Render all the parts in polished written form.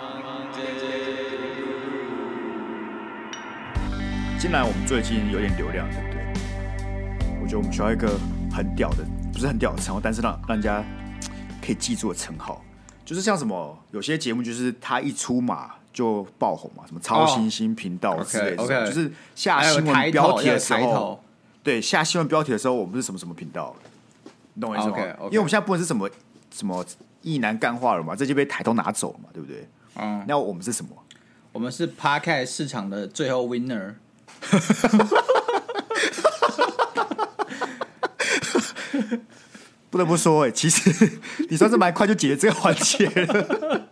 既然我们最近有点流量，对不对？我觉得我们需要一个很屌的，不是很屌的称号，但是让人家可以记住的称号，就是像什么有些节目，就是他一出马就爆红嘛，什么超新星频道之类的，就是下新闻标题的时候，对，下新闻标题的时候，我们是什么什么频道，你懂我意思吗？因为我们现在不能是什么意男干话了嘛，这就被台通拿走了嘛，对不对？那我们是什么？ 我们是 Podcast 市场的最后 winner。 不得不说，其实你算是蛮快就解决这个环节了，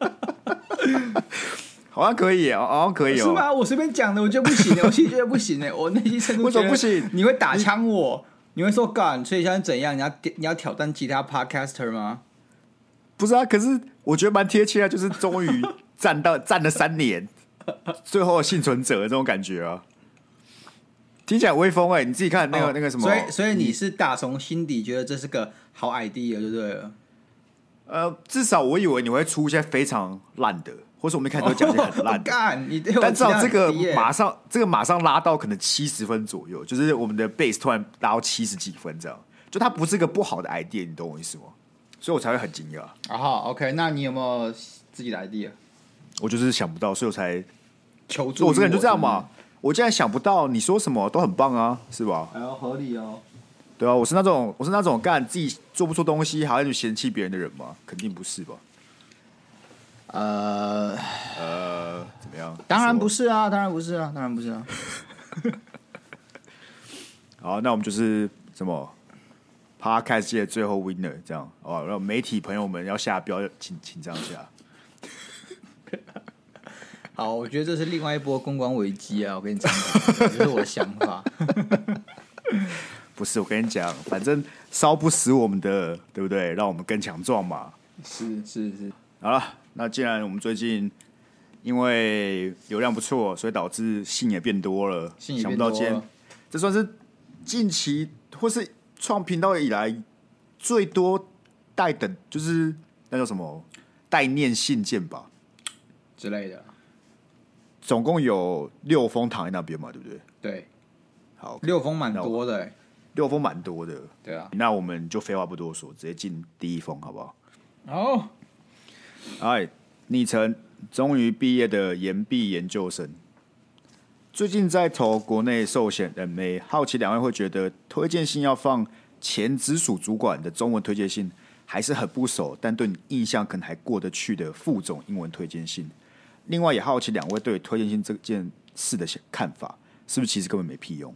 好像可以，好像可以哦。 是吗？我随便讲的，我觉得不行，我其实觉得不行我内心深处为什么不行？ 你会打枪我，你会说干，所以现在怎样？你要挑战其他 podcaster 吗？ 不是啊，可是我觉得蛮贴切的，就是终于站了3年，最后的幸存者的这种感觉啊。听起来威风你自己看那个什么， 所以你是打从心底觉得这是个好 idea 就对了。 至少我以为你会出一些非常烂的，或是我们一开始都讲一些很烂的，但至少这个马上拉到可能70分左右，就是我们的 base 突然拉到70几分这样，就它不是个不好的 idea， 你懂我意思吗？所以我才会很惊讶。 OK， 那你有没有自己的 idea？ 我就是想不到，所以我才求助。 我这个人就这样嘛。我既然想不到，你说什么都很棒啊，是吧？ 合理哦。 对啊，我是那种干自己做不出东西还要去嫌弃别人的人吗？肯定不是吧？怎么样？ 当然不是啊。 好，那我们就是什么 Podcast 界的最后 winner 这样，好吧？让媒体朋友们要下标，请这样下。 好，我觉得这是另外一波公关危机啊！我跟你讲，这是我的想法。 不是，我跟你讲，反正烧不死我们的，对不对？让我们更强壮嘛。 是。 好了，那既然我们最近因为流量不错，所以导致信也变多了，想不到今天这算是近期或是创频道以来最多待等，就是那叫什么待念信件吧之类的。 总共有6封躺在那边嘛，对不对？ 对， 好 ，6封蛮多的 6封蛮多的。 对啊， 那我们就废话不多说，直接进第一封好不好？ 好， 昵称终于毕业的研毕研究生，最近在投国内寿险 MA， 好奇两位会觉得推荐信要放前直属主管的中文推荐信，还是很不熟但对你印象可能还过得去的副总英文推荐信？另外也好奇两位对推荐信这件事的看法，是不是其实根本没屁用？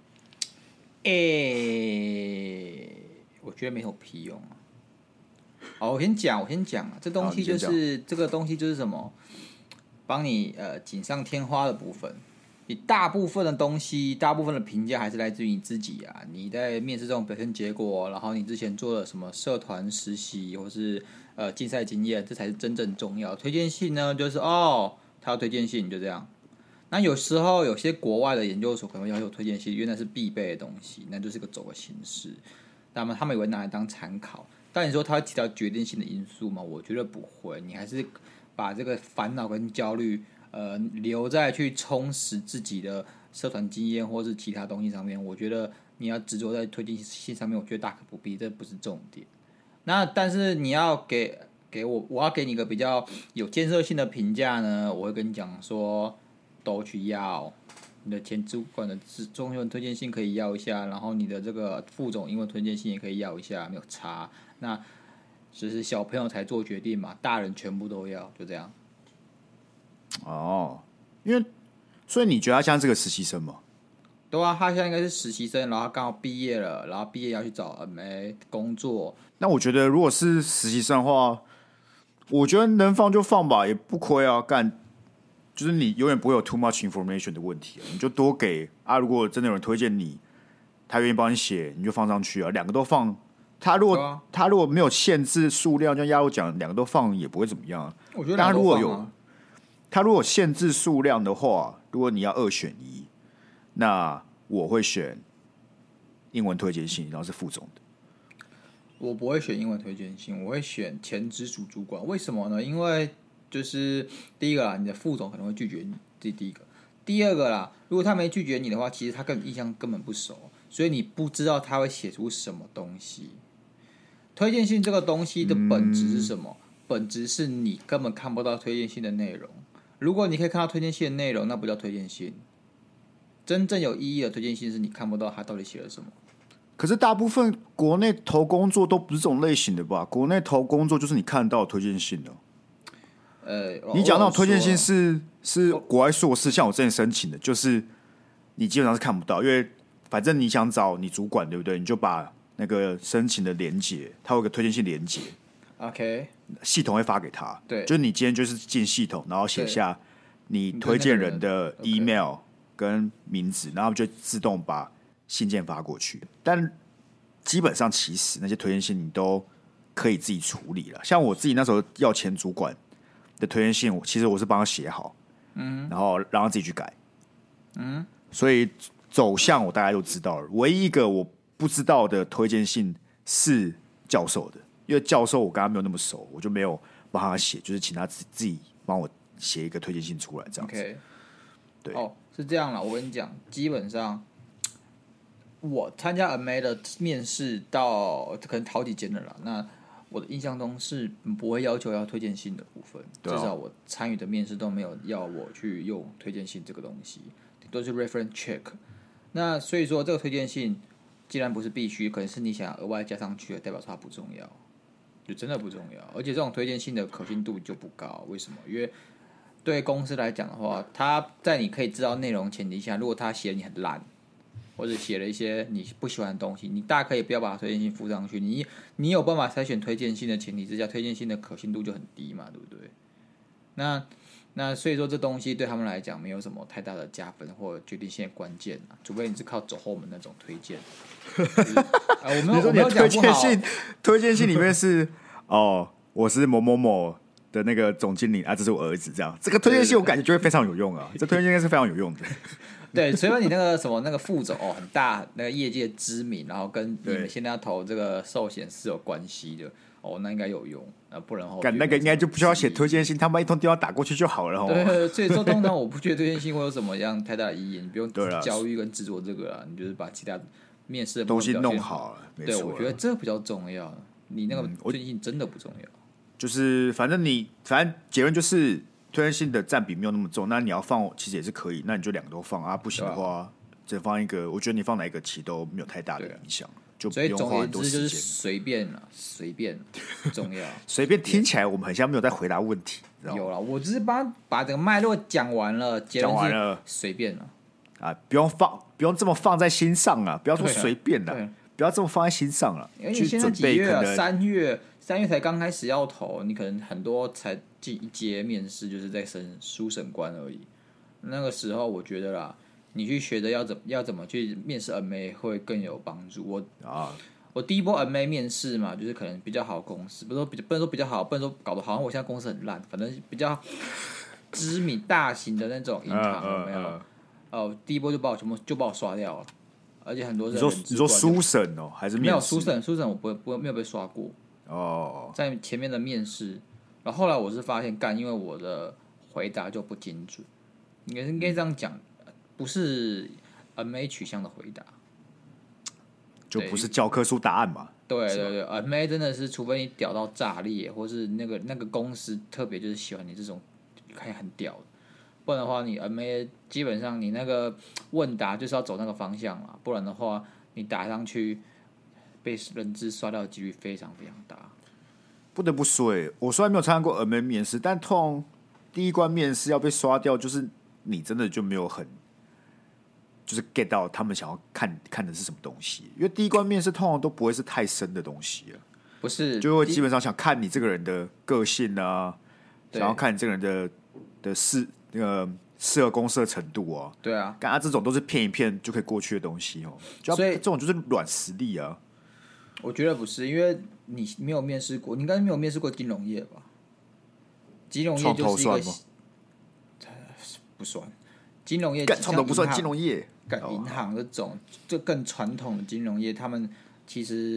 我觉得没有屁用啊。我先讲啊，这东西就是这个东西就是什么，帮你锦上添花的部分。你大部分的东西，大部分的评价还是来自于你自己啊。你在面试这种表现结果，然后你之前做了什么社团实习，或是竞赛经验，这才是真正重要。推荐信呢，就是他要推荐信就这样。那有时候有些国外的研究所可能会要求推荐信，因为那是必备的东西，那就是个走个形式。那么他们也会拿来当参考。但你说他会提到决定性的因素吗？我觉得不会。你还是把这个烦恼跟焦虑留在去充实自己的社团经验或是其他东西上面。我觉得你要执着在推荐信上面，我觉得大可不必，这不是重点。那但是你要给我要给你一个比较有建设性的评价呢，我会跟你讲说，都去要你的前主管的中英文推荐信可以要一下，然后你的这个副总英文推荐信也可以要一下，没有差。那只是小朋友才做决定嘛，大人全部都要，就这样。 因为所以你觉得他像是个实习生吗？ 对啊，他现在应该是实习生，然后他刚好毕业了，然后毕业要去找工作。 那我觉得如果是实习生的话，我觉得能放就放吧，也不亏啊。就是你永远不会有 too much information 的问题你就多给啊。如果真的有人推荐你，他愿意帮你写，你就放上去啊。2个都放，他如果没有限制数量，就像亚洲讲，2个都放也不会怎么样。 我觉得2个都放啊。 他如果限制数量的话，如果你要2选1，那我会选英文推荐信，然后是副总的。 我不会选英文推荐信，我会选前直属主管。为什么呢？因为就是第一个啦，你的副总可能会拒绝你，这是第一个。第二个啦，如果他没拒绝你的话，其实他跟你印象根本不熟，所以你不知道他会写出什么东西。推荐信这个东西的本质是什么？本质是你根本看不到推荐信的内容。如果你可以看到推荐信的内容，那不叫推荐信。真正有意义的推荐信是你看不到他到底写了什么。 可是大部分国内投工作都不是这种类型的吧？国内投工作就是你看到的推荐信的。你讲那种推荐信是国外硕士，像我之前申请的，就是你基本上是看不到，因为反正你想找你主管，对不对？你就把那个申请的连结，它有个推荐信连结 ，OK， 系统会发给他。 对， 就是你今天就是进系统，然后写下你推荐人的 email 跟名字，然后就自动把信件发过去。但基本上其实那些推荐信你都可以自己处理了。像我自己那时候要前主管的推荐信，其实我是帮他写好，然后让他自己去改，所以走向我大概都知道了。唯一一个我不知道的推荐信是教授的，因为教授我跟他没有那么熟，我就没有帮他写，就是请他自己帮我写一个推荐信出来，这样子。 Okay. 对， 是这样啦。我跟你讲，基本上我参加 MA 的面试到可能好几间了啦。那我的印象中是不会要求要推荐信的部分，至少我参与的面试都没有要我去用推荐信这个东西，都是 reference check。那所以说，这个推荐信既然不是必须，可能是你想额外加上去的，代表说它不重要，就真的不重要。而且这种推荐信的可信度就不高，为什么？因为对公司来讲的话，他在你可以知道内容前提下，如果他写你很烂，或者写了一些你不喜欢的东西，你大可以不要把推荐信附上去。你有办法筛选推荐信的前提之下，推荐信的可信度就很低嘛，对不对？那所以说这东西对他们来讲没有什么太大的加分或决定性的关键啊，除非你是靠走后门那种推荐。我没有讲不好。 推荐信里面是我是某某某的那个总经理啊，这是我儿子，这样这个推荐信我感觉就会非常有用啊，这推荐信应该是非常有用的。 对，除非你那个什么那个副总很大，那个业界知名，然后跟你们现在要投这个寿险是有关系的那应该有用，不然那个应该就不需要写推荐信，他们一通电话打过去就好了。 对，所以说通常我不觉得推荐信会有什么样太大的意义，你不用教育跟制作这个你就是把其他面试的东西弄好了。 对，我觉得这比较重要，你那个推荐信真的不重要。 就是反正结论就是推荐信的占比没有那么重，那你要放其实也是可以，那你就两个都放啊，不行的话只放一个，我觉得你放哪一个其实都没有太大的影响，就不用花很多时间。 所以总而言之就是随便不重要。 随便听起来我们很像没有在回答问题， 有了，我只是把整个脉络讲完了， 讲完了， 随便了啊，不用这么放在心上啊，不要说随便了，不要这么放在心上了。 因为你现在几月啊？3月才刚开始要投，你可能很多才进一阶面试，就是在书审官而已。那个时候我觉得啦，你去学的要怎么去面试 MA 会更有帮助。我第一波 MA 面试嘛，就是可能比较好的公司，不能说比较好，不能说搞得好像我现在公司很烂，反正比较知名大型的那种银行有没有？第一波就把我刷掉了，而且很多人你说书审还是面试？ 没有书审我没有被刷过。在前面的面试，然后后来我是发现因为我的回答就不精准，应该这样讲，不是 MA 取向的回答， 就不是教科书答案嘛？ 对，MA 真的是，除非你屌到炸裂，或是那个公司特别就是喜欢你这种看很屌的，不然的话，你 MA 基本上你那个问答就是要走那个方向啦，不然的话你打上去。被人资刷掉的几率非常非常大。 不得不说，我虽然没有参加过 MA 面试，但通常第一关面试要被刷掉，就是你真的就没有就是 get 到他们想要看的是什么东西。因为第一关面试通常都不会是太深的东西了， 不是， 就会基本上想看你这个人的个性啊，想要看你这个人的适合公司的程度啊。 对啊， 这种都是骗一骗就可以过去的东西所以这种就是软实力啊。 我觉得不是，因为你没有面试过，你应该没有面试过金融业吧？金融业就是一个不算，金融业创投不算金融业， 银行这种就更传统的金融业，他们其实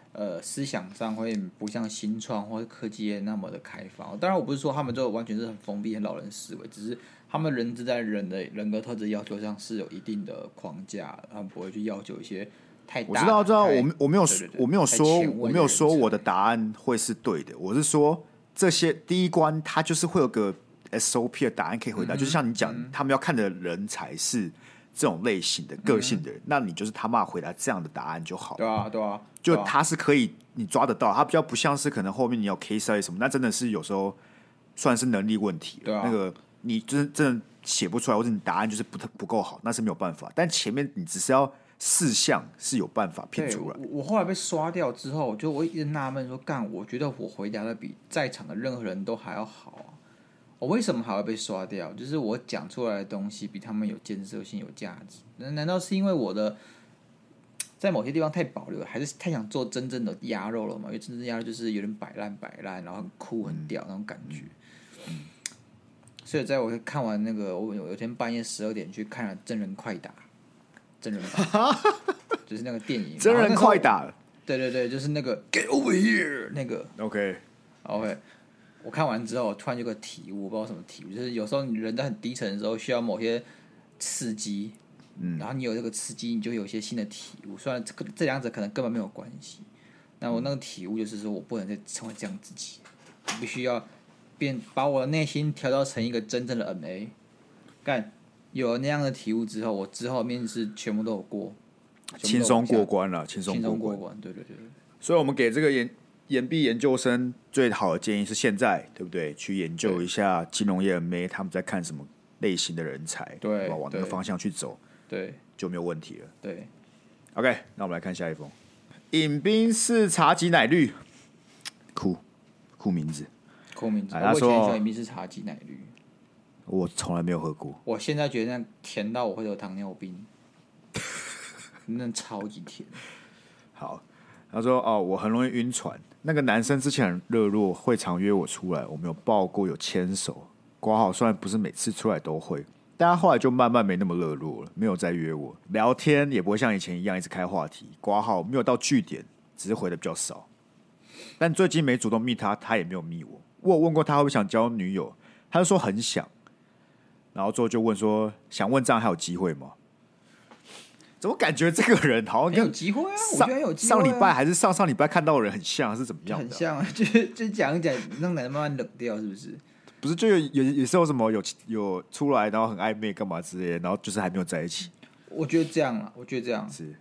思想上会不像新创或者科技业那么的开放。当然，我不是说他们就完全是很封闭、很老人思维，只是他们人在人的人格特质要求上是有一定的框架，他们不会去要求一些太大的。 我知道，我没有说我的答答案会是对的，我是说这些第一关它就是会有个 SOP 的答案可以回答，就是像你讲，他们要看的人才是这种类型的个性的人，那你就是他妈回答这样的答案就好。 对啊，对啊， 就他是可以你抓得到，他比较不像是可能后面你有 case study 什么，那真的是有时候算是能力问题了。 对啊， 那个你真的写不出来，或者你答案就是不够好，那是没有办法。但前面你只是要4项是有办法骗出来。 我后来被刷掉之后，我一直纳闷说，我觉得我回答的比在场的任何人都还要好啊。我为什么还会被刷掉？就是我讲出来的东西比他们有建设性、有价值。难道是因为我的在某些地方太保留了，还是太想做真正的鸭肉了嘛？因为真正的鸭肉就是有点摆烂，然后很酷、很屌那种感觉。所以在我看完那个，我有天半夜12点去看了《真人快打》，真人版就是那个电影《 真人快打》。 对，就是那个 Get Over Here 那个。 OK。 我看完之后，突然有个体悟，我不知道什么体悟，就是有时候你人在很低沉的时候，需要某些刺激，然后你有这个刺激，你就有一些新的体悟。虽然这两者可能根本没有关系，那我那个体悟就是说我不能再成为这样自己，我必须要把我的内心调到成一个真正的 MA。有了那样的体悟之后，我之后面试全部都有过， 轻松过关了，轻松过关。对。 所以我们给这个研毕研究生最好的建议是现在，对不对？去研究一下金融业的妹他们在看什么类型的人才， 对， 往那个方向去走， 对， 就没有问题了。 对 ，OK， 那我们来看下一封。饮冰式茶吉奶绿，酷名字。 我以前很喜欢饮冰式茶吉奶绿， 我从来没有喝过。 我现在觉得那甜到我会有糖尿病，那超级甜。 好，他说我很容易晕船。那个男生之前很热络，会常约我出来，我们有抱过，有牵手，括号虽然不是每次出来都会，但他后来就慢慢没那么热络了，没有再约我聊天，也不会像以前一样一直开话题，括号没有到句点，只是回的比较少。但最近没主动密他，他也没有密我。我有问过他会不会想交女友，他就说很想，然后最后就问说想问这样还有机会吗？怎么感觉这个人好像跟有机会啊？我觉得有机会啊。 上礼拜还是上礼拜看到的人很像，是怎么样的？ 很像啊，就讲一讲，让男人慢慢冷掉，是不是？ 不是，就有时候什么有出来，然后很暧昧干嘛之类的，然后就是还没有在一起。 我觉得这样啦， 是。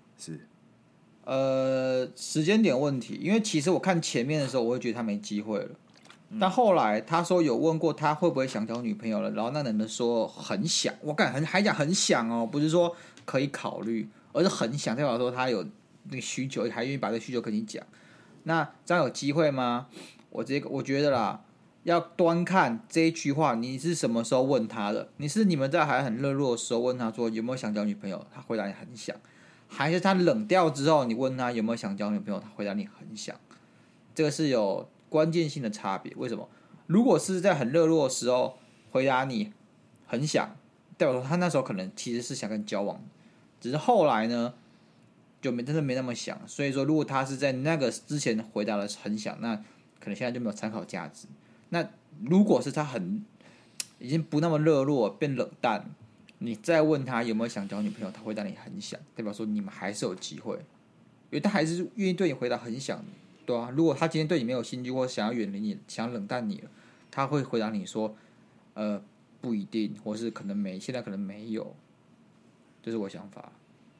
时间点问题，因为其实我看前面的时候，我会觉得他没机会了。但后来他说有问过他会不会想交女朋友了，然后那男的说很想，我还讲很想哦，不是说可以考虑，而是很想，代表说他有那个需求，还愿意把这个需求跟你讲。那这样有机会吗？我觉得啦，要端看这一句话，你是什么时候问他的？你们在还很热络的时候问他说有没有想交女朋友，他回答你很想，还是他冷掉之后你问他有没有想交女朋友，他回答你很想？这个是有关键性的差别。为什么？如果是在很热络的时候回答你很想，代表说他那时候可能其实是想跟你交往，只是后来呢就真的没那么想。所以说，如果他是在那个之前回答的很想，那可能现在就没有参考价值。那如果是他已经不那么热络，变冷淡，你再问他有没有想交女朋友，他回答你很想，代表说你们还是有机会，因为他还是愿意对你回答很想，对啊。如果他今天对你没有兴趣，或想要远离你，想要冷淡你了，他会回答你说，不一定，或是可能现在可能没有，这是我想法。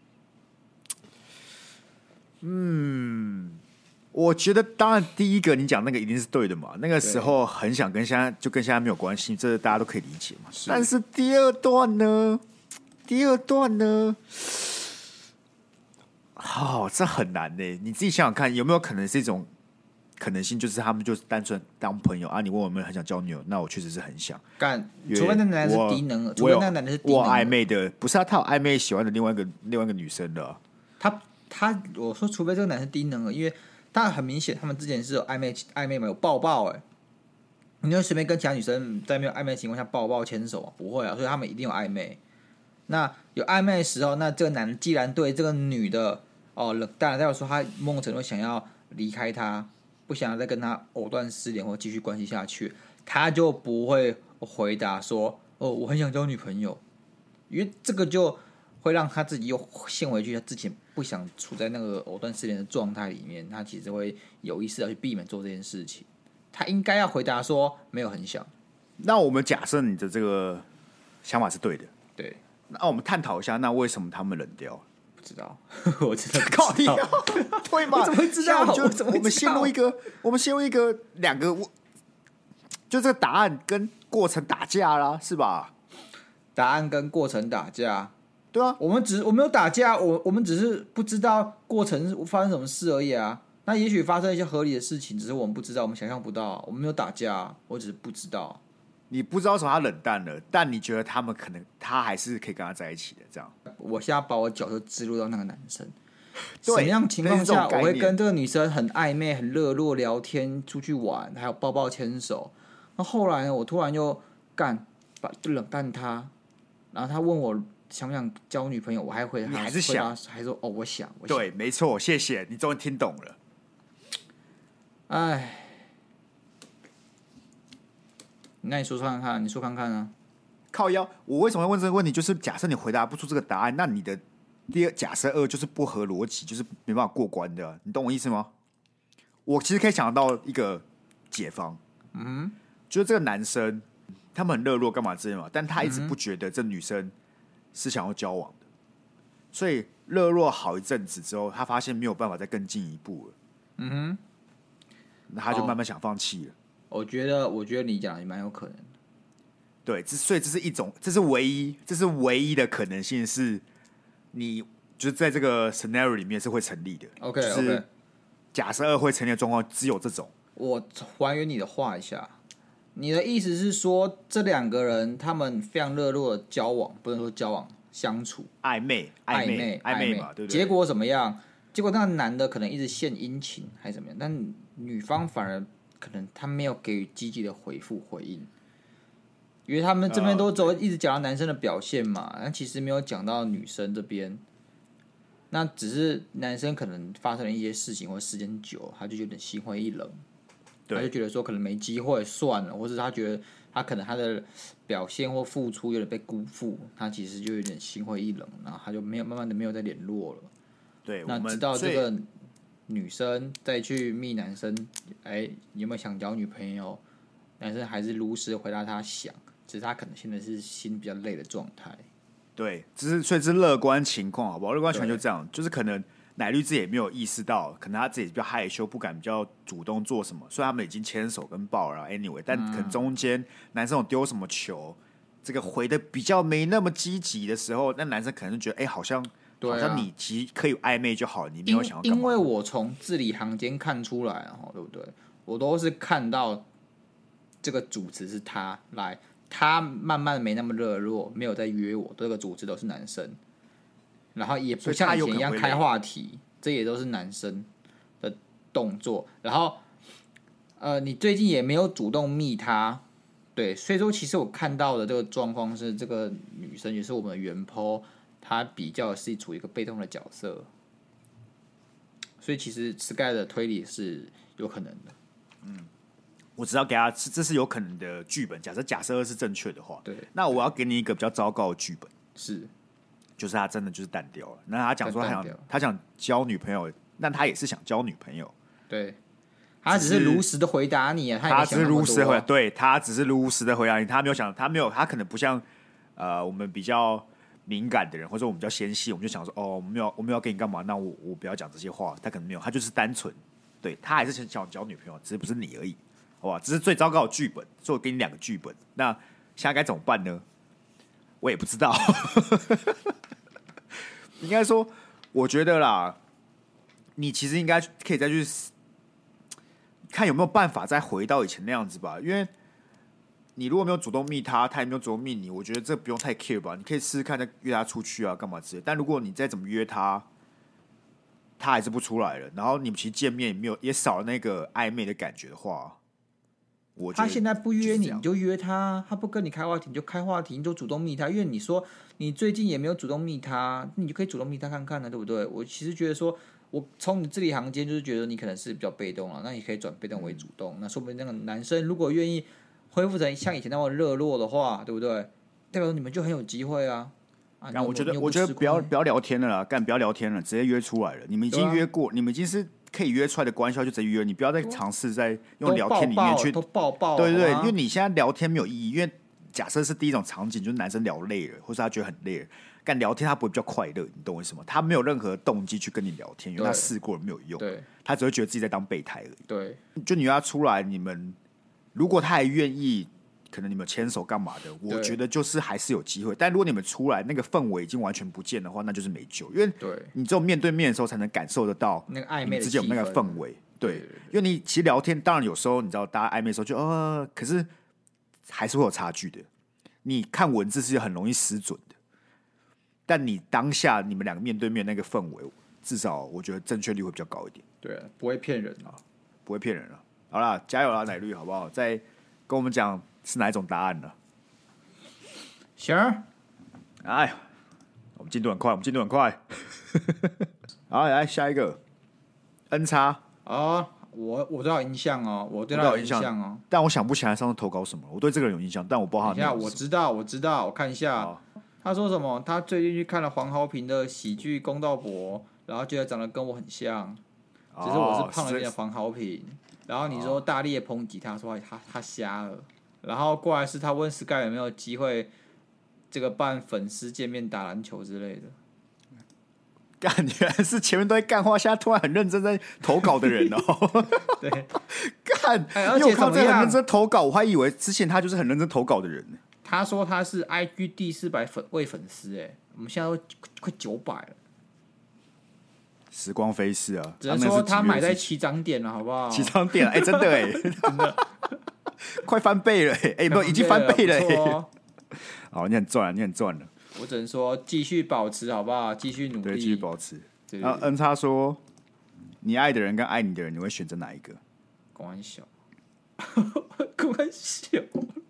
我觉得当然第一个你讲那个一定是对的嘛，那个时候很想跟现在没有关系，这大家都可以理解嘛。但是第二段呢，这很难呢。你自己想想看，有没有可能是一种可能性，就是他们就是单纯当朋友啊？你问我有没有很想交女友，那我确实是很想。 除非那男的是低能，除非那男的是低能， 我暧昧的不是他有暧昧喜欢的另外一个女生的。 我说除非这个男生低能，因为他很明显，他们之前是有暧昧嘛，有抱抱你会随便跟其他女生在没有暧昧的情况下抱抱牵手啊？不会啊，所以他们一定有暧昧。那有暧昧的时候，那这个男的既然对这个女的冷淡了，代表说他某种程度想要离开他，不想要再跟他藕断丝连或继续关系下去，他就不会回答说：“哦，我很想交女朋友。”因为这个就会让他自己又陷回去，他之前不想处在那个藕断丝连的状态里面，他其实会有意识的去避免做这件事情。他应该要回答说：“没有很想。” 那我们假设你的这个想法是对的， 对， 那我们探讨一下，那为什么他们冷掉？ 不知道，我真的靠你，对吗？ 我怎么会知道？ 我们陷入一个两个，就这个答案跟过程打架啦，是吧？ 答案跟过程打架， 对啊， 我没有打架，我们只是不知道过程发生什么事而已啊。那也许发生一些合理的事情，只是我们不知道，我们想象不到。我们没有打架，我只是不知道。 你不知道为什么他冷淡了，但你觉得他还是可以跟他在一起的，这样。 我现在把我脚就植入到那个男生， 对， 什么样情况下我会跟这个女生很暧昧、很热络聊天、出去玩，还有抱抱牵手？那后来呢，我突然又冷淡他，然后他问我想不想交女朋友，我还回他， 你还是想， 还说哦，我想。 对，没错，谢谢你，终于听懂了。 哎。那你说看看，你说看看啊！ 靠腰，我为什么会问这个问题？就是假设你回答不出这个答案，那你的假设2就是不合逻辑，就是没办法过关的，你懂我意思吗？我其实可以想到一个解方，就是这个男生他们很热络干嘛之类嘛，但他一直不觉得这女生是想要交往的，所以热络好一阵子之后，他发现没有办法再更进一步了，那他就慢慢想放弃了。 我觉得你讲的蛮有可能的。 对，所以这是唯一的可能性，是你就是在这个 scenario 里面是会成立的。 OK， 就是假设2会成立的状况只有这种。 我还原你的话一下，你的意思是说，这两个人他们非常热络的交往，不能说交往，相处暧昧嘛，对不对？ 结果怎么样？结果那个男的可能一直献殷勤还是怎么样，但女方反而可能他没有给予积极的回应，因为他们这边都一直讲到男生的表现嘛，但其实没有讲到女生这边。那只是男生可能发生了一些事情或时间久，他就有点心灰意冷，他就觉得说可能没机会算了，或者他觉得他可能他的表现或付出有点被辜负，他其实就有点心灰意冷，然后他就慢慢的没有再联络了。 对， 那直到这个女生再去密男生，你有没有想交女朋友？男生还是如实回答他想，只是他可能现在是心比较累的状态。 对，所以这是乐观情况，好不好？乐观情况就这样，就是可能乃律自己也没有意识到，可能他自己比较害羞，不敢比较主动做什么。虽然他们已经牵手跟抱了 ，anyway， 但可能中间男生有丢什么球，这个回的比较没那么积极的时候，那男生可能就觉得，好像你其实可以暧昧就好了，你没有想要干嘛。 因为我从字里行间看出来，对不对？我都是看到这个主持是他来。他慢慢没那么热络，没有在约我，这个主持都是男生，然后也不像以前一样开话题，这也都是男生的动作。然后，你最近也没有主动密他，对，所以说其实我看到的这个状况是，这个女生也是我们的原 po， 她比较是处于一个被动的角色，所以其实 Sky 的推理是有可能的， 我只要给他，这是有可能的剧本。假设2是正确的话， 对， 那我要给你一个比较糟糕的剧本，就是他真的就是淡掉了。那他讲说他想交女朋友，那他也是想交女朋友， 对，他只是如实的回答你啊， 他只是如实的回答，对他只是如实的回答你，他可能不像我们比较敏感的人，或者我们比较纤细，我们就想说我没有要跟你干嘛，那我不要讲这些话。他可能没有，他就是单纯，对他还是想交女朋友，只是不是你而已。好吧，这是最糟糕的剧本，所以我给你2个剧本。那现在该怎么办呢？我也不知道。应该说，我觉得啦，你其实应该可以再去看有没有办法再回到以前那样子吧。因为你如果没有主动密他，他也没有主动密你，我觉得这不用太 care 吧。你可以试试看，再约他出去啊，干嘛之类的。但如果你再怎么约他，他还是不出来了，然后你们其实见面也少了那个暧昧的感觉的话。 他现在不约你，你就约他；他不跟你开话题，你就开话题，你就主动密他。因为你说你最近也没有主动密他，你就可以主动密他看看呢，对不对？我其实觉得说， 我从你字里行间就是觉得你可能是比较被动了，那你可以转被动为主动，那说不定那个男生如果愿意恢复成像以前那么热络的话，对不对？代表你们就很有机会啊！ 我觉得不要聊天了啦，不要聊天了，直接约出来了。你们已经约过，你们已经是可以约出来的关系，就直接约。你不要再尝试在用聊天里面去都抱， 对，因为你现在聊天没有意义，因为假设是第一种场景，就是男生聊累了，或是他觉得很累了，干聊天他不会比较快乐，你懂我意思吗？他没有任何动机去跟你聊天，因为他试过了没有用，他只会觉得自己在当备胎而已。 对， 就你约他出来，你们如果他还愿意。可能你们牵手干嘛的？我觉得就是还是有机会，但如果你们出来那个氛围已经完全不见的话，那就是没救。因为你只有面对面的时候才能感受得到那个暧昧的之间有那个氛围。对，因为你其实聊天，当然有时候你知道大家暧昧的时候就可是还是会有差距的。你看文字是很容易失准的，但你当下你们两个面对面那个氛围，至少我觉得正确率会比较高一点。 对，不会骗人啊， 不会骗人了。好啦，加油啦，奶绿，好不好？再跟我们讲。是哪一种答案呢？ 行， 哎，我们进度很快，好，来下一个 N 叉啊，我对他有印象哦，我对他有印象哦， 但我想不起来上次投稿什么。我对这个人有印象，但我不知道他的内容。 我知道，我看一下，他说什么？他最近去看了黄豪平的喜剧《公道伯》，然后觉得长得跟我很像，只是我是胖了一点的黄豪平。然后你说大力的抨击他，说他瞎了。然后过来是他问 Sky 有没有机会这个办粉丝见面打篮球之类的。 干，原来是前面都在干话，现在突然很认真在投稿的人哦。 对， 干， 而且他很认真投稿，我还以为之前他就是很认真投稿的人。 他说他是 IG 第400位粉丝，我们现在都快900了。 时光飞逝啊， 只能说他买在起涨点了，好不好？ 起涨点，真的真的。快翻倍了不，已经翻倍了好，你很赚了。 我只能说继续保持，好不好？继续努力， 对，继续保持。然后 N 叉说，你爱的人跟爱你的人，你会选择哪一个？ 关小，关小。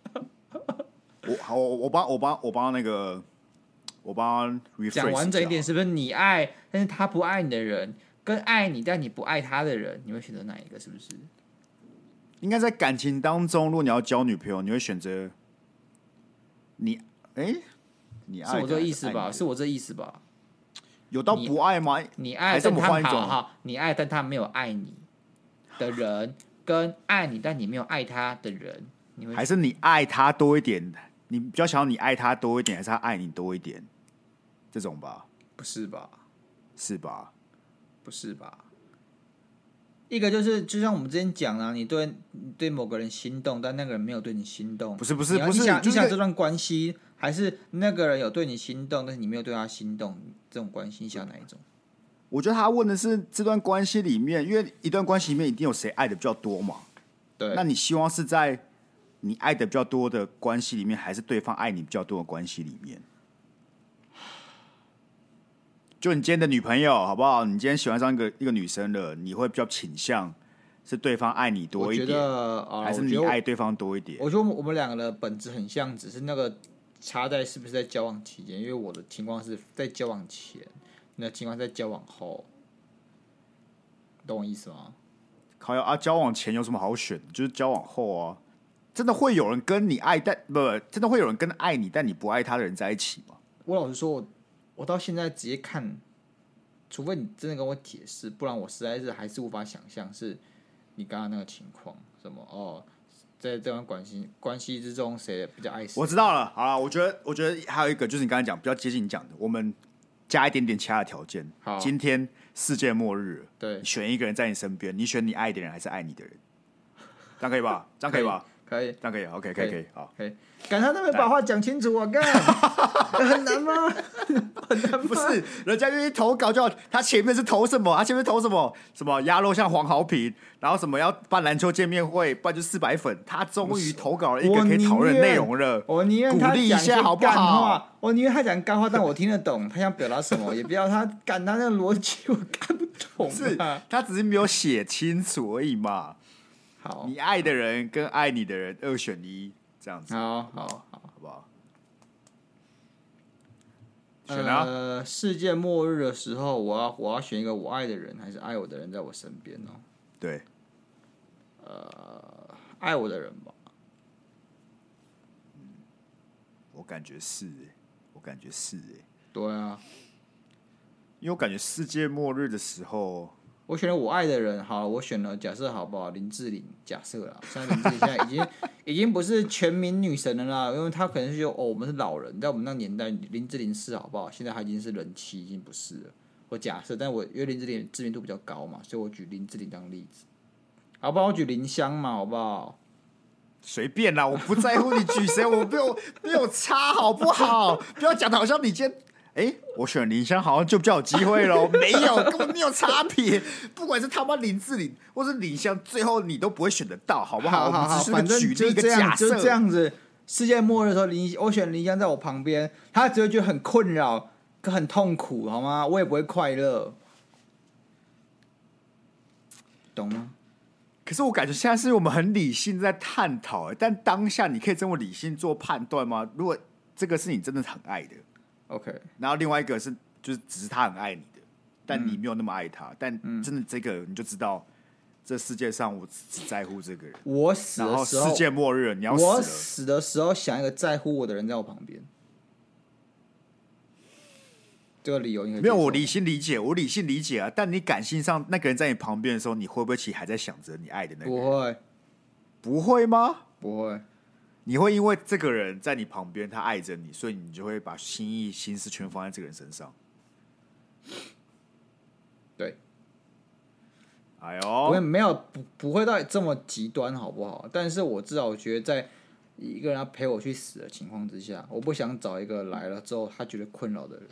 我帮那个，我帮讲完整一点，是不是？你爱，但是他不爱你的人，跟爱你但你不爱他的人，你会选择哪一个？是不是？ 应该在感情当中，如果你要交女朋友，你会选择你爱是我这意思吧？是我这意思吧？ 有到不爱吗？ 你爱，但他好，你爱但他没有爱你的人，跟爱你但你没有爱他的人， 还是你爱他多一点？你比较想要你爱他多一点，还是他爱你多一点？这种吧？ 不是吧？ 是吧？ 不是吧？一个就是，就像我们之前讲啊，你对某个人心动，但那个人没有对你心动。 不是， 你想这段关系，还是那个人有对你心动，但是你没有对他心动，这种关系你想哪一种？ 我觉得他问的是这段关系里面，因为一段关系里面一定有谁爱的比较多嘛。 对。 那你希望是在你爱的比较多的关系里面，还是对方爱你比较多的关系里面？就你今天的女朋友好不好？你今天喜欢上一个女生了，你会比较倾向是对方爱你多一点，还是你爱对方多一点？ 我觉得我们两个的本质很像，只是那个差在是不是在交往期间。因为我的情况是在交往前，你的情况在交往后，懂我意思吗？ 靠呀！交往前有什么好选？就是交往后啊，真的会有人跟你爱，但不，真的会有人跟爱你但你不爱他的人在一起吗？ 我老实说，我到现在直接看，除非你真的跟我解释，不然我实在是还是无法想象是你刚刚那个情况，什么在这段关系之中谁比较爱谁？ 我知道了，好了，我觉得还有一个就是你刚才讲比较接近你讲的，我们加一点点其他的条件。 好， 今天世界末日了， 对， 选一个人在你身边，你选你爱的人还是爱你的人？这样可以吧？这样可以吧？ 可以， 这样可以 ，OK， 可以，好， 可以。赶他那边把话讲清楚，我干很难吗？很难吗？ 不是，人家愿意投稿就好。他前面是投什么？他前面投什么？什么鸭肉像黄豪平，然后什么要办篮球见面会，不然就400粉。他终于投稿了一个可以讨论内容了。 我宁愿他鼓励一下好不好？ 我宁愿他讲干话，但我听得懂他想表达什么，也不要他赶他那个逻辑我看不懂。 是，他只是没有写清楚而已嘛。 好， 你爱的人跟爱你的人2选1，这样子。 好不好？ 选啊！ 世界末日的时候，我要选一个我爱的人，还是爱我的人在我身边哦？ 对， 爱我的人吧。 我感觉是对啊， 因为我感觉世界末日的时候， 我选了我爱的人，好了，我选了假设好不好？林志玲，假设啦，现在林志玲现在已经不是全民女神了啦，因为她可能是我们是老人，在我们那个年代，林志玲是好不好？现在她已经是人妻，已经不是了。我假设，但我因为林志玲知名度比较高嘛，所以我举林志玲当例子，好不好？我举林香嘛，好不好？ 随便啦，我不在乎你举谁，我没有差，好不好？不要讲的好像你今天，我选林香好像就比较有机会咯，没有，根本没有差别。不管是他妈林志玲或是林香，最后你都不会选得到，好不好？ 好， 我们只是举例一个假设， 就这样子。世界末日的时候，我选林香在我旁边，他只会觉得很困扰、很痛苦，好吗？我也不会快乐，懂吗？ 可是我感觉现在是我们很理性在探讨，但当下你可以这么理性做判断吗？如果这个是你真的很爱的 ，OK， 然后另外一个是就是只是他很爱你的，但你没有那么爱他，但真的这个你就知道，这世界上我只在乎这个人。 我死的时候， 然后世界末日，你要死了。 我死的时候想一个在乎我的人在我旁边。这个理由应该没有，我理性理解啊。但你感性上那个人在你旁边的时候，你会不会其实还在想着你爱的那个人？ 不会， 不会吗？ 不会。 你会因为这个人在你旁边，他爱着你，所以你就会把心思全放在这个人身上。 对。 哎呦， 不会到这么极端，好不好？但是我至少觉得，在一个人要陪我去死的情况之下，我不想找一个来了之后他觉得困扰的人。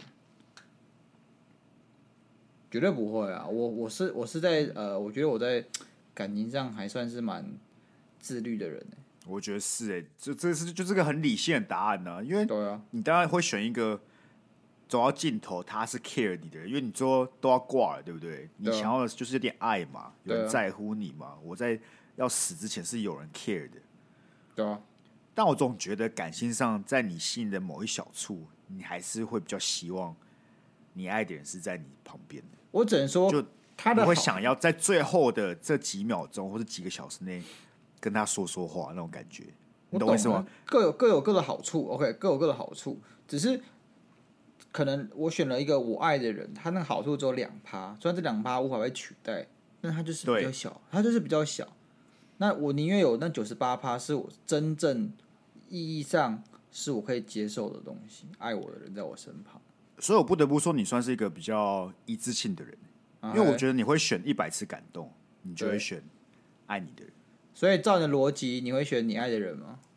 绝对不会啊！我是在我觉得我在感情上还算是蛮自律的人。 我觉得是这个很理性的答案呢、因为对啊， 你当然会选一个走到尽头他是 care 你的人，因为你最后都要挂了，对不对？你想要的就是有点爱嘛，有人在乎你嘛。我在要死之前是有人 care 的， 对啊。 但我总觉得感性上，在你心里的某一小处，你还是会比较希望你爱的人是在你旁边的。 我只能说，他的你会想要在最后的这几秒钟或者几个小时内跟他说说话那种感觉，你懂我意思吗？ 各有各的好处 ，OK， 各有各的好处。只是可能我选了一个我爱的人，他那个好处只有2%，虽然这2%无法被取代，但他就是比较小，他就是比较小。那我宁愿有那98%是我真正意义上是我可以接受的东西，爱我的人在我身旁。 所以我不得不说，你算是一个比较一致性的人，因为我觉得你会选100次感动，你就会选爱你的人。 所以照你的逻辑，你会选你爱的人吗？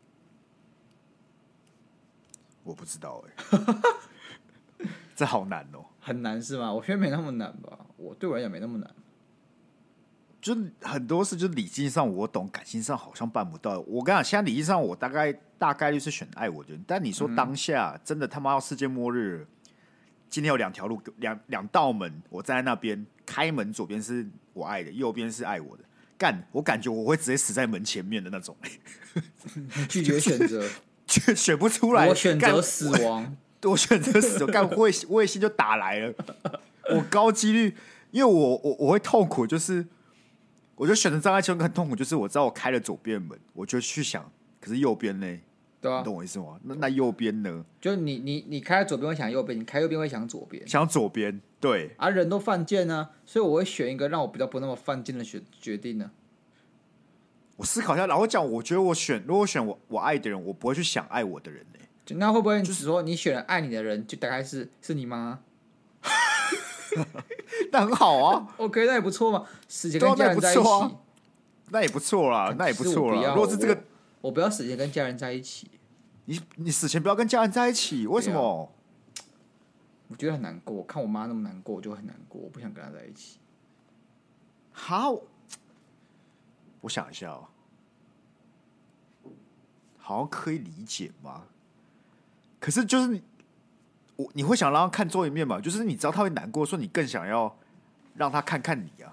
我不知道这好难哦， 很难是吗？我觉得没那么难吧，对我来讲没那么难。 就很多事，就理性上我懂，感性上好像办不到。我跟你讲，现在理性上我大概率是选爱我的人，但你说当下真的他妈要世界末日了，今天有2条路，两道门，我站在那边，开门左边是我爱的，右边是爱我的。干，我感觉我会直接死在门前面的那种。 拒绝选择， 选不出来。 我选择死亡， 我选择死亡。干，卫星就打来了。我高几率，因为我会痛苦，就是我就选择障碍圈很痛苦，就是我知道我开了左边门，我就去想，可是右边呢？ 对啊， 你懂我意思吗？那右边呢？ 就你开左边会想右边，你开右边会想左边， 想左边，对啊，人都犯贱呢，所以我会选一个让我比较不那么犯贱的决定呢。 我思考一下，然后讲，我觉得如果选我爱的人，我不会去想爱我的人呢。 那会不会就是说你选了爱你的人，就大概是你妈？ 那很好啊 ，OK， 那也不错嘛，死前跟家人在一起， 那也不错啦，那也不错啦。如果是这个， 我不要死前跟家人在一起。 你死前不要跟家人在一起，为什么？ 我觉得很难过，看我妈那么难过，我就很难过，我不想跟她在一起。 好，我想一下哦，好像可以理解吗？可是就是你会想让他看最后一面嘛？就是你知道他会难过，所以你更想要让他看看你啊，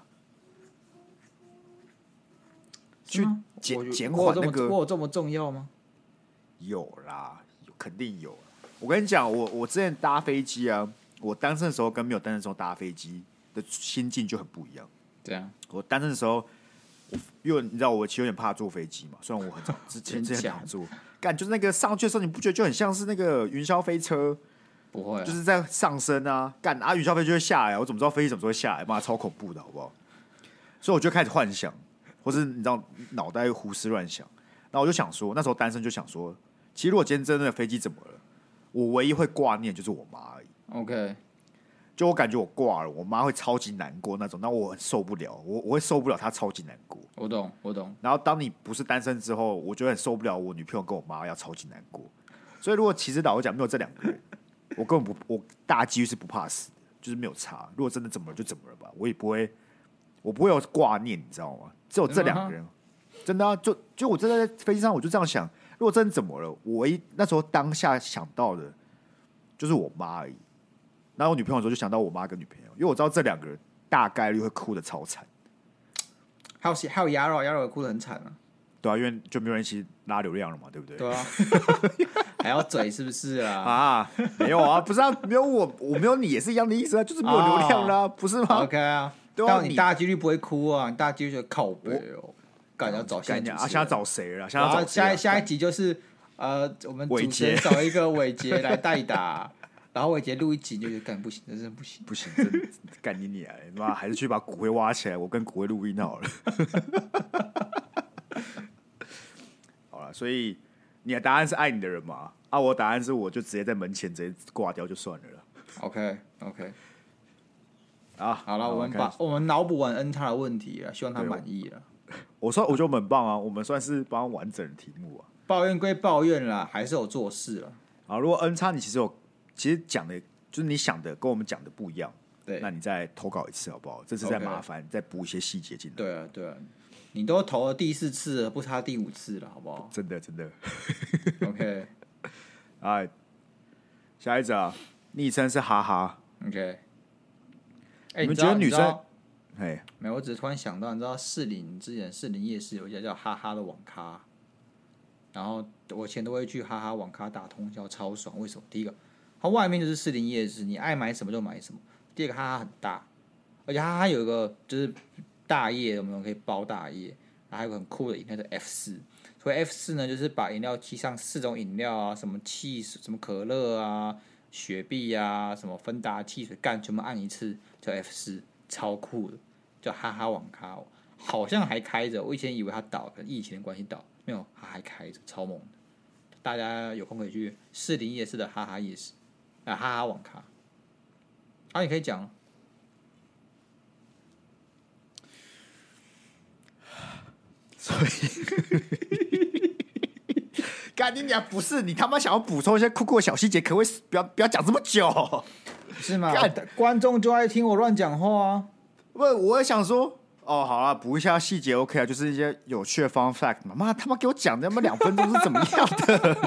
去减缓那个。 我有这么重要吗？ 有啦，肯定有。 我跟你讲，我之前搭飞机啊，我单身的时候跟没有单身的时候搭飞机的心境就很不一样。 这样， 我单身的时候，因为你知道我其实有点怕坐飞机嘛，虽然我很之前很常坐，干就是那个上去的时候，你不觉得就很像是那个云霄飞车？ 不会、啊， 就是在上升啊，干啊，云霄飞车就会下来，我怎么知道飞机什么时候会下来？妈，超恐怖的，好不好？所以我就开始幻想，或是你知道脑袋胡思乱想，然后我就想说，那时候单身就想说，其实如果今天真的飞机怎么了，我唯一会挂念就是我妈而已。 OK， 就我感觉我挂了，我妈会超级难过那种，那我很受不了，我会受不了她超级难过。 我懂。 然后当你不是单身之后，我就很受不了我女朋友跟我妈要超级难过。所以如果其实老实讲没有这两个人，我根本不，我大几率是不怕死的，就是没有差。如果真的怎么了就怎么了吧，我也不会，我不会有挂念，你知道吗？只有这两个人，真的啊，就我真的在飞机上我就这样想，如果真的怎么了，我唯一那时候当下想到的就是我妈而已。然后我女朋友的时候就想到我妈跟女朋友，因为我知道这两个人大概率会哭得超惨。 还有鸭肉，鸭肉也哭得很惨啊。 对啊，因为就没有人一起拉流量了嘛，对不对？ 对啊，还要嘴是不是啊？ 啊，没有啊，不是啊，没有我没有你也是一样的意思啊，就是没有流量啦、不是吗 ？OK 啊， 对啊， 但你大几率不会哭啊，你大几率就靠背哦，干要找下一集啊， 现在找谁了？现在找谁下一集就是我们主持人找一个伟杰来代打。然后伟杰录一集就觉得干不行，真的不行， 真的干你娘！妈，还是去把骨灰挖起来，我跟骨灰录音好了。好了，所以你的答案是爱你的人嘛？啊，我的答案是我就直接在门前直接挂掉就算了啦。 OK， 啊， 好了，我们脑补完 N 叉的问题了，希望他满意了。 我觉得我们很棒啊，我们算是帮完整的题目啊。 抱怨归抱怨啦，还是有做事了。 啊，如果 N 叉你其实讲的，就是你想的跟我们讲的不一样， 对， 那你再投稿一次好不好？这次再麻烦再补一些细节进来。 对啊，你都投了第4次了，不差第5次了，好不好？ 真的。 OK， 哎，下一则啊，昵称是哈哈。 OK， 你们觉得女生？哎， 没有，我只是突然想到，你知道之前士林夜市有一家叫哈哈的网咖，然后我以前都会去哈哈网咖打通宵，超爽。为什么？第一个，它外面就是士林夜市，你爱买什么就买什么。第二个，哈哈很大，而且哈哈有一个就是大叶，我们可以包大叶，然后还有个很酷的饮料叫 F4。所以 F4呢，就是把饮料机上4种饮料啊，什么汽水、什么可乐啊、雪碧啊、什么芬达汽水，干全部按一次叫 F4，超酷的，叫哈哈网咖，好像还开着。我以前以为它倒了，可能疫情的关系倒，没有，它还开着，超猛的。大家有空可以去士林夜市的哈哈夜市哈哈网咖。啊，你可以讲了。 所以，干你娘！不是你他妈想要补充一些酷酷的小细节，可不可以不要讲这么久？ 是吗？观众就爱听我乱讲话啊！ 不，我也想说，哦，好了，补一下细节 OK 啊，就是一些有趣的 fun fact 嘛。妈他妈给我讲的，他妈2分钟是怎么样的？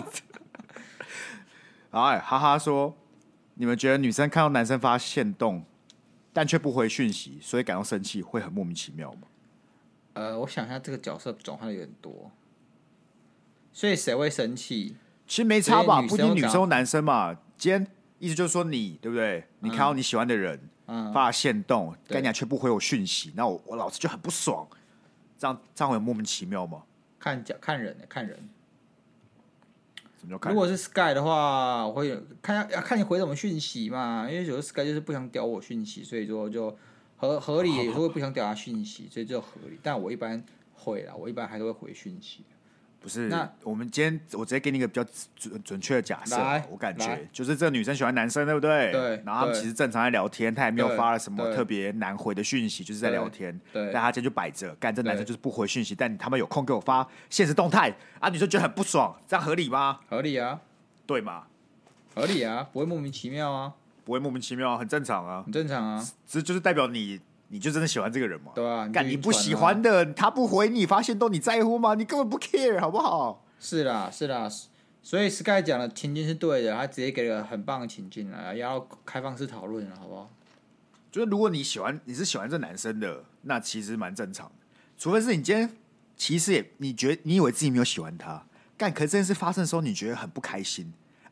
哎，哈哈说，你们觉得女生看到男生发限动，但却不回讯息，所以感到生气，会很莫名其妙吗？ 我想一下，这个角色转换的有点多，所以谁会生气？ 其实没差吧，不一定女生或男生嘛。今天意思就是说你对不对？你看到你喜欢的人发限动，干娘却不回我讯息，那我老子就很不爽。这样会很莫名其妙吗？ 看人，看人。 怎么叫看人？ 如果是 Sky 的话，我会看你回什么讯息嘛，因为有的 Sky 就是不想屌我讯息，所以说就合理，有时候会不想屌他讯息，所以就合理。但我一般会啦，我一般还是会回讯息。 不是，那我们今天我直接给你一个比较准确的假设，我感觉就是这个女生喜欢男生，对不对？ 对。 然后他们其实正常在聊天，他也没有发了什么特别难回的讯息，就是在聊天。 对。 但他今天就摆着，干这男生就是不回讯息，但他们有空给我发限时动态啊，女生觉得很不爽，这样合理吗？ 合理啊， 对嘛？ 合理啊，不会莫名其妙啊， 不会莫名其妙啊，很正常啊， 很正常啊， 这就是代表你就真的喜欢这个人嘛？ 对啊， 干你不喜欢的，他不回你发现都你在乎吗？你根本不 care 好不好？ 是啦，所以 Sky 讲的情境是对的，他直接给了很棒的情境了，要开放式讨论了，好不好？ 就是如果你是喜欢这男生的，那其实蛮正常的，除非是你今天其实你以为自己没有喜欢他，干可是这件事发生的时候，你觉得很不开心，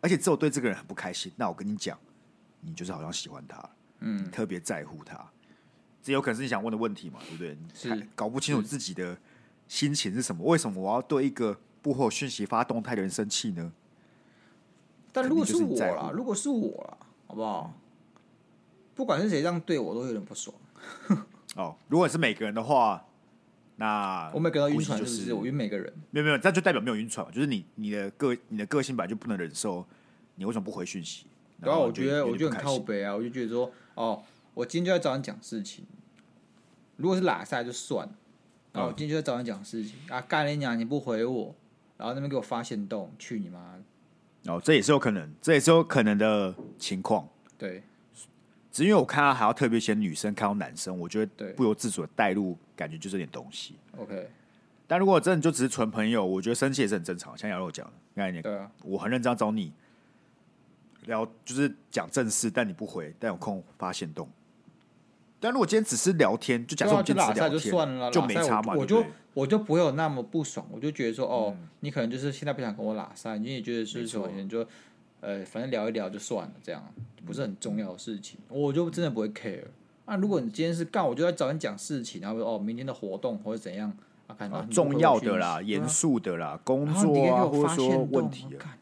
而且只有对这个人很不开心，那我跟你讲，你就是好像喜欢他，你特别在乎他，这有可能是你想问的问题嘛，对不对？ 是搞不清楚自己的心情是什么，为什么我要对一个不回我讯息发动态的人生气呢？ 但如果是我啦，好不好？不管是谁这样对我，都有点不爽。 哦，如果是每个人的话，那我每个人都晕船，是不是？我晕每个人， 没有，这就代表没有晕船嘛，就是你的个性本来就不能忍受，你为什么不回讯息？ 对啊，我觉得很靠北啊，我就觉得说，哦，我今天就在找你讲事情，如果是拉塞就算了，然后我今天就在找你讲事情啊，干你娘，你不回我，然后那边给我发现动，去你妈！ 哦，这也是有可能的情况。 对， 只是因为我看到还要特别写女生看到男生，我觉得不由自主的带入，感觉就是有点东西。 OK， 但如果真的就只是纯朋友，我觉得生气也是很正常。像羊肉讲的，刚才对啊， 我很认真要找你聊，就是讲正事，但你不回，但有空发现动。但如果今天只是聊天，就假设我们今天只是聊天， 就算了， 就没差嘛。 我就不会有那么不爽，我就觉得说，哦，你可能就是现在不想跟我拉塞，你也觉得是说，你就反正聊一聊就算了，这样不是很重要的事情，我就真的不会 care。那如果你今天是干，我就在找你讲事情，然后哦，明天的活动或者怎样啊，看到重要的啦、严肃的啦、工作啊，或者说问题啊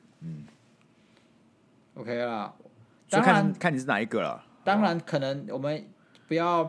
，OK 啦。 就看你是哪一个啦。 当然，可能我们不要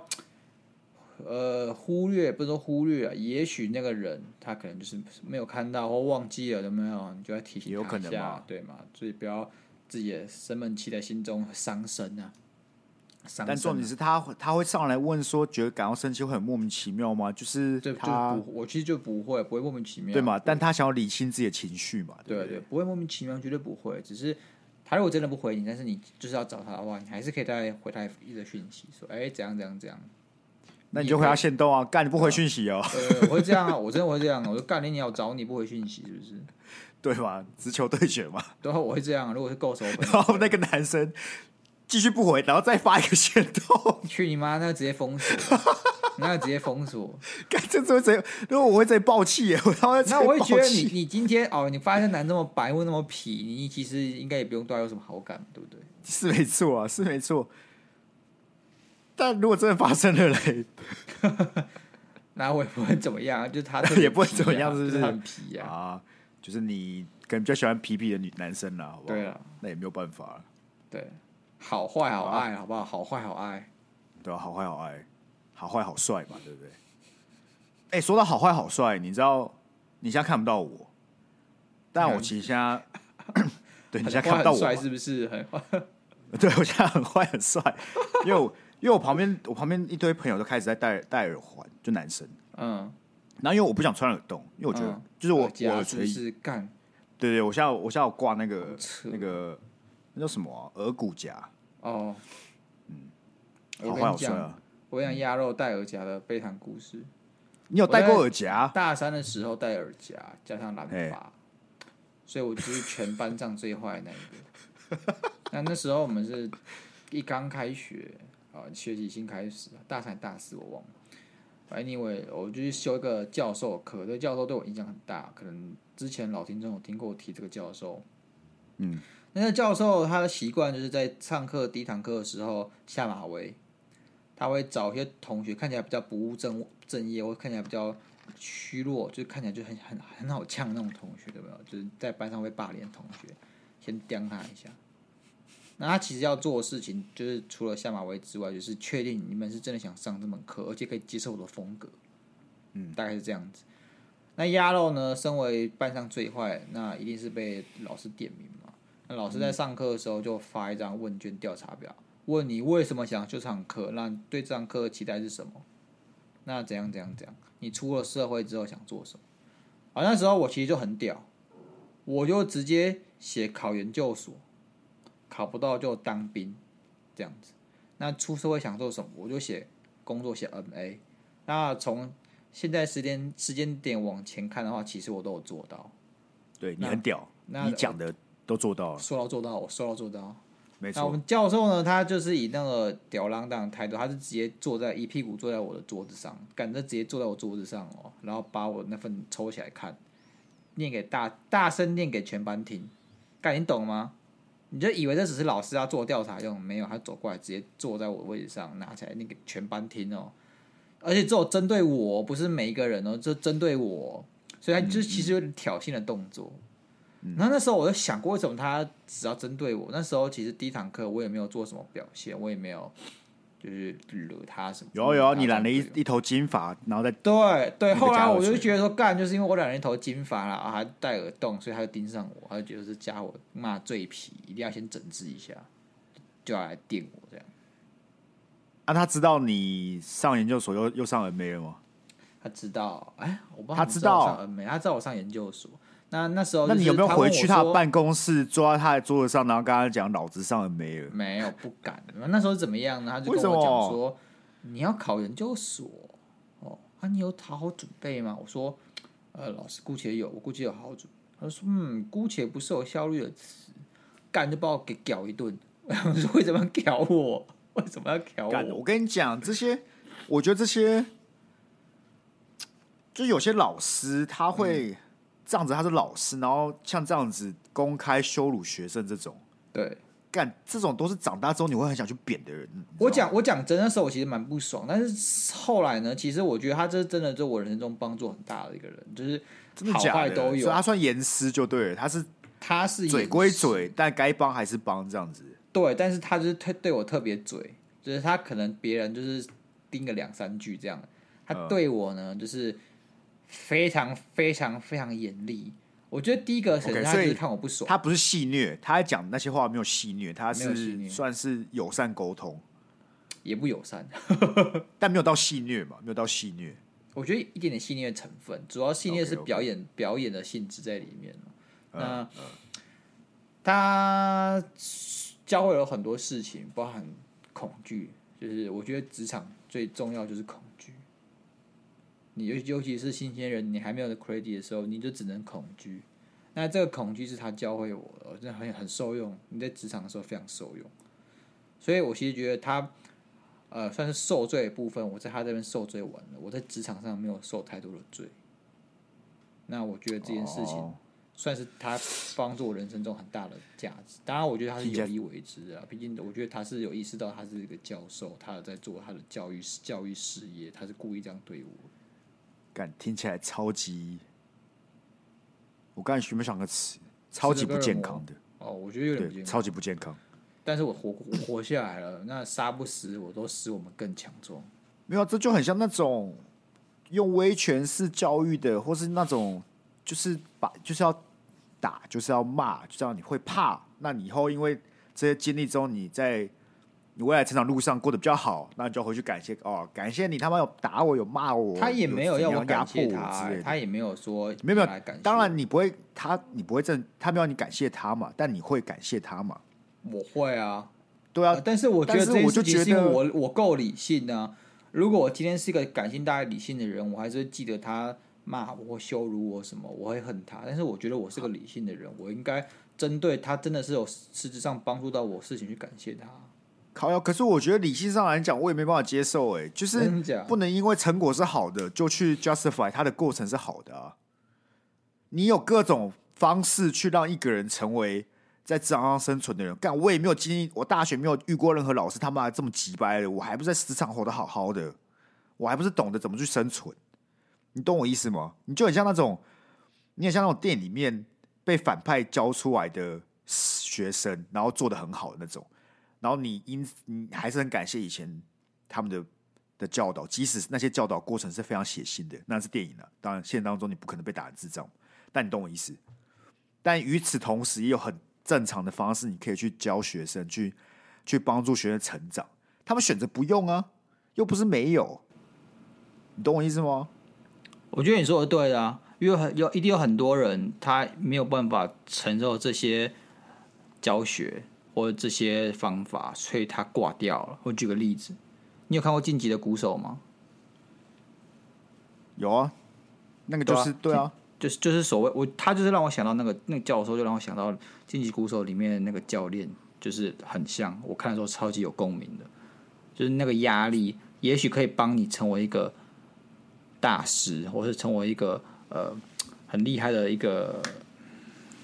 忽略，不是说忽略啊，也许那个人他可能就是没有看到或忘记了，有没有？你就要提醒他一下，对嘛？所以不要自己的生闷气在心中伤身啊。 但重点是他会上来问说，觉得感到生气会很莫名其妙吗？就是他， 我其实就不会莫名其妙， 对嘛？但他想要理清自己的情绪嘛， 对，不会莫名其妙，绝对不会。只是他如果真的不回你，但是你就是要找他的话，你还是可以再回他一个讯息，说，怎样。 那你就回他限动啊，干你不回讯息哦。 我会这样啊，我真的会这样，我就干你要找你不回讯息，是不是？ 对嘛，直球对决嘛。 对啊，我会这样。如果是够熟， 然后那个男生继续不回，然后再发一个限动， 去你妈！那个直接封锁，那个直接封锁。 干这会直接，如果我会直接爆气耶， 那我会觉得你今天你发现男这么白或那么痞，你其实应该也不用对他有什么好感，对不对？ 是没错啊，是没错。但如果真的发生了嘞， 那我也不会怎么样，就是他也不会怎么样，是不是？ 很皮啊， 就是你可能比较喜欢皮皮的男生啦，好不好？ 对啊， 那也没有办法。 对，好坏好爱，好不好？好坏好爱， 对啊，好坏好爱，好坏好帅嘛，对不对？说到好坏好帅，你知道你现在看不到我，但我其实现在对你现在看不到我， 帅是不是？很坏， 对我现在很坏很帅，因为我旁边一堆朋友都开始在戴耳环，就男生，然后因为我不想穿耳洞，因为我觉得就是我耳垂是干， 对，我现在有挂那个那叫什么耳骨夹哦， 好坏好帅啊！ 我跟你讲鸭肉戴耳夹的悲惨故事。 你有戴过耳夹？ 大三的时候戴耳夹，加上染发，所以我就是全班上最坏的那一个。那时候我们是一刚开学学期新开始，大三大四我忘了。Anyway， 我就去修一个教授课，这个教授对我影响很大，可能之前老听众有听过我提这个教授。那个教授他的习惯就是在上课第一堂课的时候下马威，他会找一些同学看起来比较不务正业，或看起来比较虚弱，就看起来就很好呛的那种同学，对没有？就是在班上会霸凌的同学，先刁他一下。那他其实要做的事情，就是除了下马威之外，就是确定你们是真的想上这门课，而且可以接受我的风格。大概是这样子。那鸭肉呢，身为班上最坏，那一定是被老师点名嘛。那老师在上课的时候就发一张问卷调查表，问你为什么想修这堂课，那你对这堂课的期待是什么？那怎样？你出了社会之后想做什么？那时候我其实就很屌，我就直接写考研究所，考不到就当兵，这样子。那出社会想做什么？我就写工作，写 MA。那从现在时间点往前看的话，其实我都有做到。 对你很屌，你讲的都做到了， 说到做到，我说到做到。 没错。 那我们教授呢，他就是以那个吊郎当的态度，他是直接一屁股坐在我的桌子上，直接坐在我桌子上然后把我那份抽起来看，大声念给全班听，你懂吗？ 你就以为这只是老师要做调查用，没有，他走过来直接坐在我的位置上，拿起来那个全班听哦，而且只有针对我，不是每一个人哦，就针对我，所以他就是其实有点挑衅的动作。然后那时候我就想过，为什么他只要针对我？那时候其实第一堂课我也没有做什么表现，我也没有就是惹他什么。 有，你染了一头金发，然后再对，后来我就觉得说，干就是因为我染了一头金发啦，还戴耳洞，所以他就盯上我，他就觉得是加我骂醉皮，一定要先整治一下，就要来电我这样。 啊，他知道你上研究所又上 MA 了吗？ 他知道，我不知道他知道上 MA，他知道我上研究所。那时候， 那你有没有回去他的办公室，坐在他的桌子上，然后跟他讲老子上 MA 了？ 没有，不敢。那时候是怎么样呢？他就跟我讲说，你要考研究所哦，你有好好准备吗？我说，老师姑且有，我估计有好好准备。他说，姑且不是有效率的词，干就把我给屌一顿。我说为什么要屌我？为什么要屌我？ 我跟你讲，我觉得这些，就有些老师他会。这样子他是老师，然后像这样子公开羞辱学生这种， 对， 干这种都是长大之后你会很想去扁的人。 我讲真，那时候我其实蛮不爽，但是后来呢，其实我觉得他这真的对我人生中帮助很大的一个人，就是好坏都有。 所以他算严师就对了，他是嘴归嘴，但该帮还是帮这样子。 对，但是他就是对我特别嘴，就是他可能别人就是盯个2-3句这样，他对我呢就是非常非常非常严厉。我觉得第一个是他就是看我不爽， 他不是戏谑，他在讲那些话没有戏谑，他是算是友善沟通， 也不友善， 但没有到戏谑嘛，没有到戏谑。 我觉得一点点戏谑的成分，主要戏谑是表演的性质在里面。那他教会了很多事情，包含恐惧，就是我觉得职场最重要就是恐惧。你尤其是新鲜人，你还没有 credit 的时候，你就只能恐惧。那这个恐惧是他教会我的，真的很受用。你在职场的时候非常受用，所以我其实觉得他算是受罪的部分，我在他这边受罪完了，我在职场上没有受太多的罪。那我觉得这件事情算是他帮助我人生中很大的价值。当然，我觉得他是有意为之啊，毕竟我觉得他是有意识到他是一个教授，他有在做他的教育事业，他是故意这样对我。 听起来超级，我刚才有没有想个词？超级不健康的。 我觉得有点不健康， 超级不健康。 但是我活下来了，那杀不死我，都使我们更强壮。 没有，这就很像那种用威权式教育的，或是那种就是要打，就是要骂，就让你会怕。那你以后因为这些经历之后，你未来成长路上过得比较好，那你就回去感谢你他妈有打我有骂我， 他也没有要我感谢他， 他也没有说没有，当然你不会他没有你感谢他嘛，但你会感谢他嘛？ 我会啊， 对啊， 但是我觉得这件事情是因为我够理性啊。如果我今天是一个感性大于理性的人，我还是会记得他骂我或羞辱我什么，我会恨他。但是我觉得我是个理性的人，我应该针对他真的是有实质上帮助到我事情去感谢他。 可是我觉得理性上来讲，我也没办法接受就是不能因为成果是好的就去 justify 它的过程是好的啊。你有各种方式去让一个人成为在职场上生存的人，我也没有经历，我大学没有遇过任何老师他妈这么鸡掰的，我还不是在职场活得好好的，我还不是懂得怎么去生存，你懂我意思吗？你很像那种电影里面被反派教出来的学生，然后做得很好的那种。然后你还是很感谢以前他们的教导，即使那些教导过程是非常血腥的，那是电影啊。当然，现实当中你不可能被打成智障，但你懂我意思。但与此同时，也有很正常的方式，你可以去教学生，去帮助学生成长。他们选择不用啊，又不是没有，你懂我意思吗？ 我觉得你说的对啊，因为一定有很多人他没有办法承受这些教学。或者这些方法，所以他挂掉了。我举个例子，你有看过《晋级的鼓手》吗？ 有啊，那个就是对啊， 就是所谓他就是让我想到那个教授，就让我想到《晋级鼓手》里面的那个教练，就是很像。我看的时候超级有共鸣的，就是那个压力，也许可以帮你成为一个大师，或是成为一个很厉害的一个。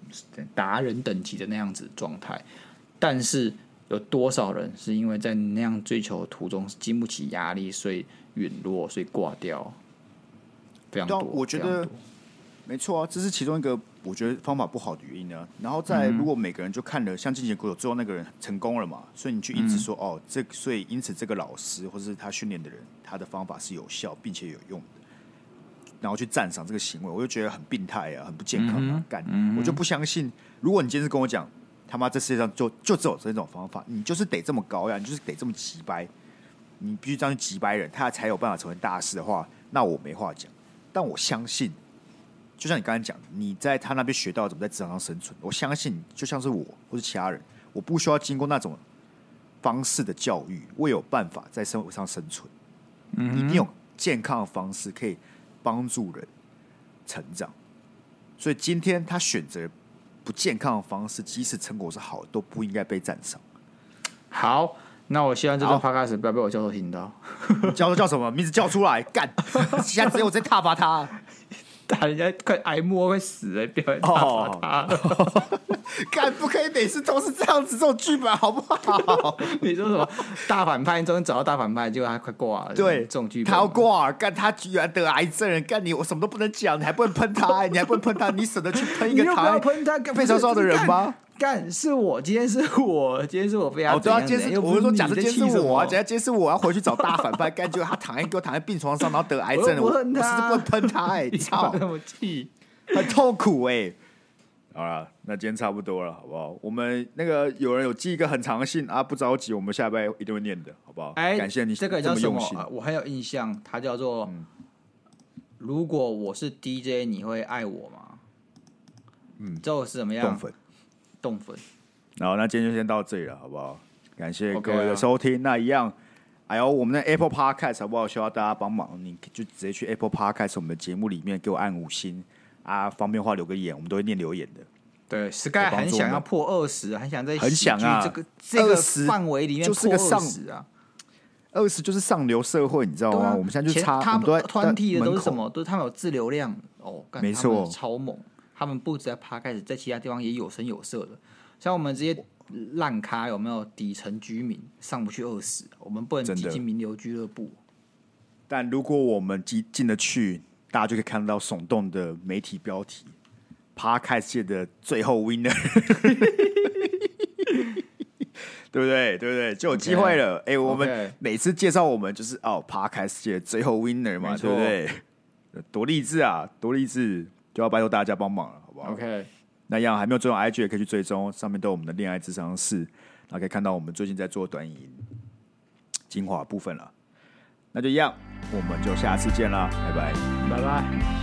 达人等级的那样子的状态，但是有多少人是因为在那样追求的途中经不起压力，所以陨落，所以挂掉？非常多， 我觉得没错啊，这是其中一个我觉得方法不好的原因啊。然后再如果每个人就看了像进阶鼓手最后那个人成功了嘛，所以你去因此说所以因此这个老师或是他训练的人，他的方法是有效并且有用的，然后去赞赏这个行为，我就觉得很病态啊，很不健康啊！我就不相信，如果你今天是跟我讲他妈这世界上就只有这种方法，你就是得这么高呀，你就是得这么急掰，你必须这样去急掰人，他才有办法成为大师的话，那我没话讲。但我相信，就像你刚才讲，你在他那边学到怎么在职场上生存，我相信就像是我或是其他人，我不需要经过那种方式的教育，我有办法在生活上生存。一定有健康的方式可以帮助人成长，所以今天他选择不健康的方式，即使成果是好的，都不应该被赞赏。 好，那我希望这段 podcast 不要被我教授听到。 教授叫什么名字？叫出来干！现在只有我在挞伐他， 打人家快挨摸会死了，不要挞伐他。 干不可以每次都是这样子，这种剧本好不好？ 你说什么大反派，终于找到大反派，结果他快挂了。 对， 这种剧本他要挂，干他居然得癌症，干你我什么都不能讲，你还不能喷他，你还不能喷他，你舍得去喷一个他被烧烧的人吗？ 干是我，今天是我被他怎样怎样。 我就说，假设今天是我，假设今天是我要回去找大反派，干结果他给我躺在病床上，然后得癌症了，我是不能喷他，操， 那么气， 很痛苦好了，那今天差不多了，好不好？我们那个有人有寄一个很长的信啊，不着急，我们下礼拜一定会念的，好不好？感谢你这个叫什么？ 我很有印象，它叫做如果我是 DJ， 你会爱我吗？这是怎么样？冻粉。 然后那今天就先到这里了，好不好？感谢各位的收听。那一样，我们的 Apple Podcast 好不好？需要大家帮忙，你就直接去 Apple Podcast 我们的节目里面给我按5星啊，方便的话留个言，我们都会念留言的。 对 ，Sky 很想要破20，很想在很想啊这个范围里面破20啊。 20就是上流社会，你知道吗？我们现在就差， 他们团体的都是什么？都是他们有自流量没错， 超猛。他们不止在 Podcast， 在其他地方也有声有色的。像我们这些烂咖，有没有底层居民上不去20？我们不能挤进名流俱乐部。 但如果我们进得去，大家就可以看到耸动的媒体标题 ：Podcast 界的最后 winner， 对不对？对不对？就有机会了。我们每次介绍我们就是Podcast 界的最后 winner 嘛，对不对？多励志啊，多励志！就要拜托大家帮忙了，好不好 ？OK， 那一样还没有追踪 IG 也可以去追踪，上面都有我们的恋爱諮商室，然后可以看到我们最近在做短影音精华部分了。那就一样，我们就下次见啦，拜拜， 拜拜。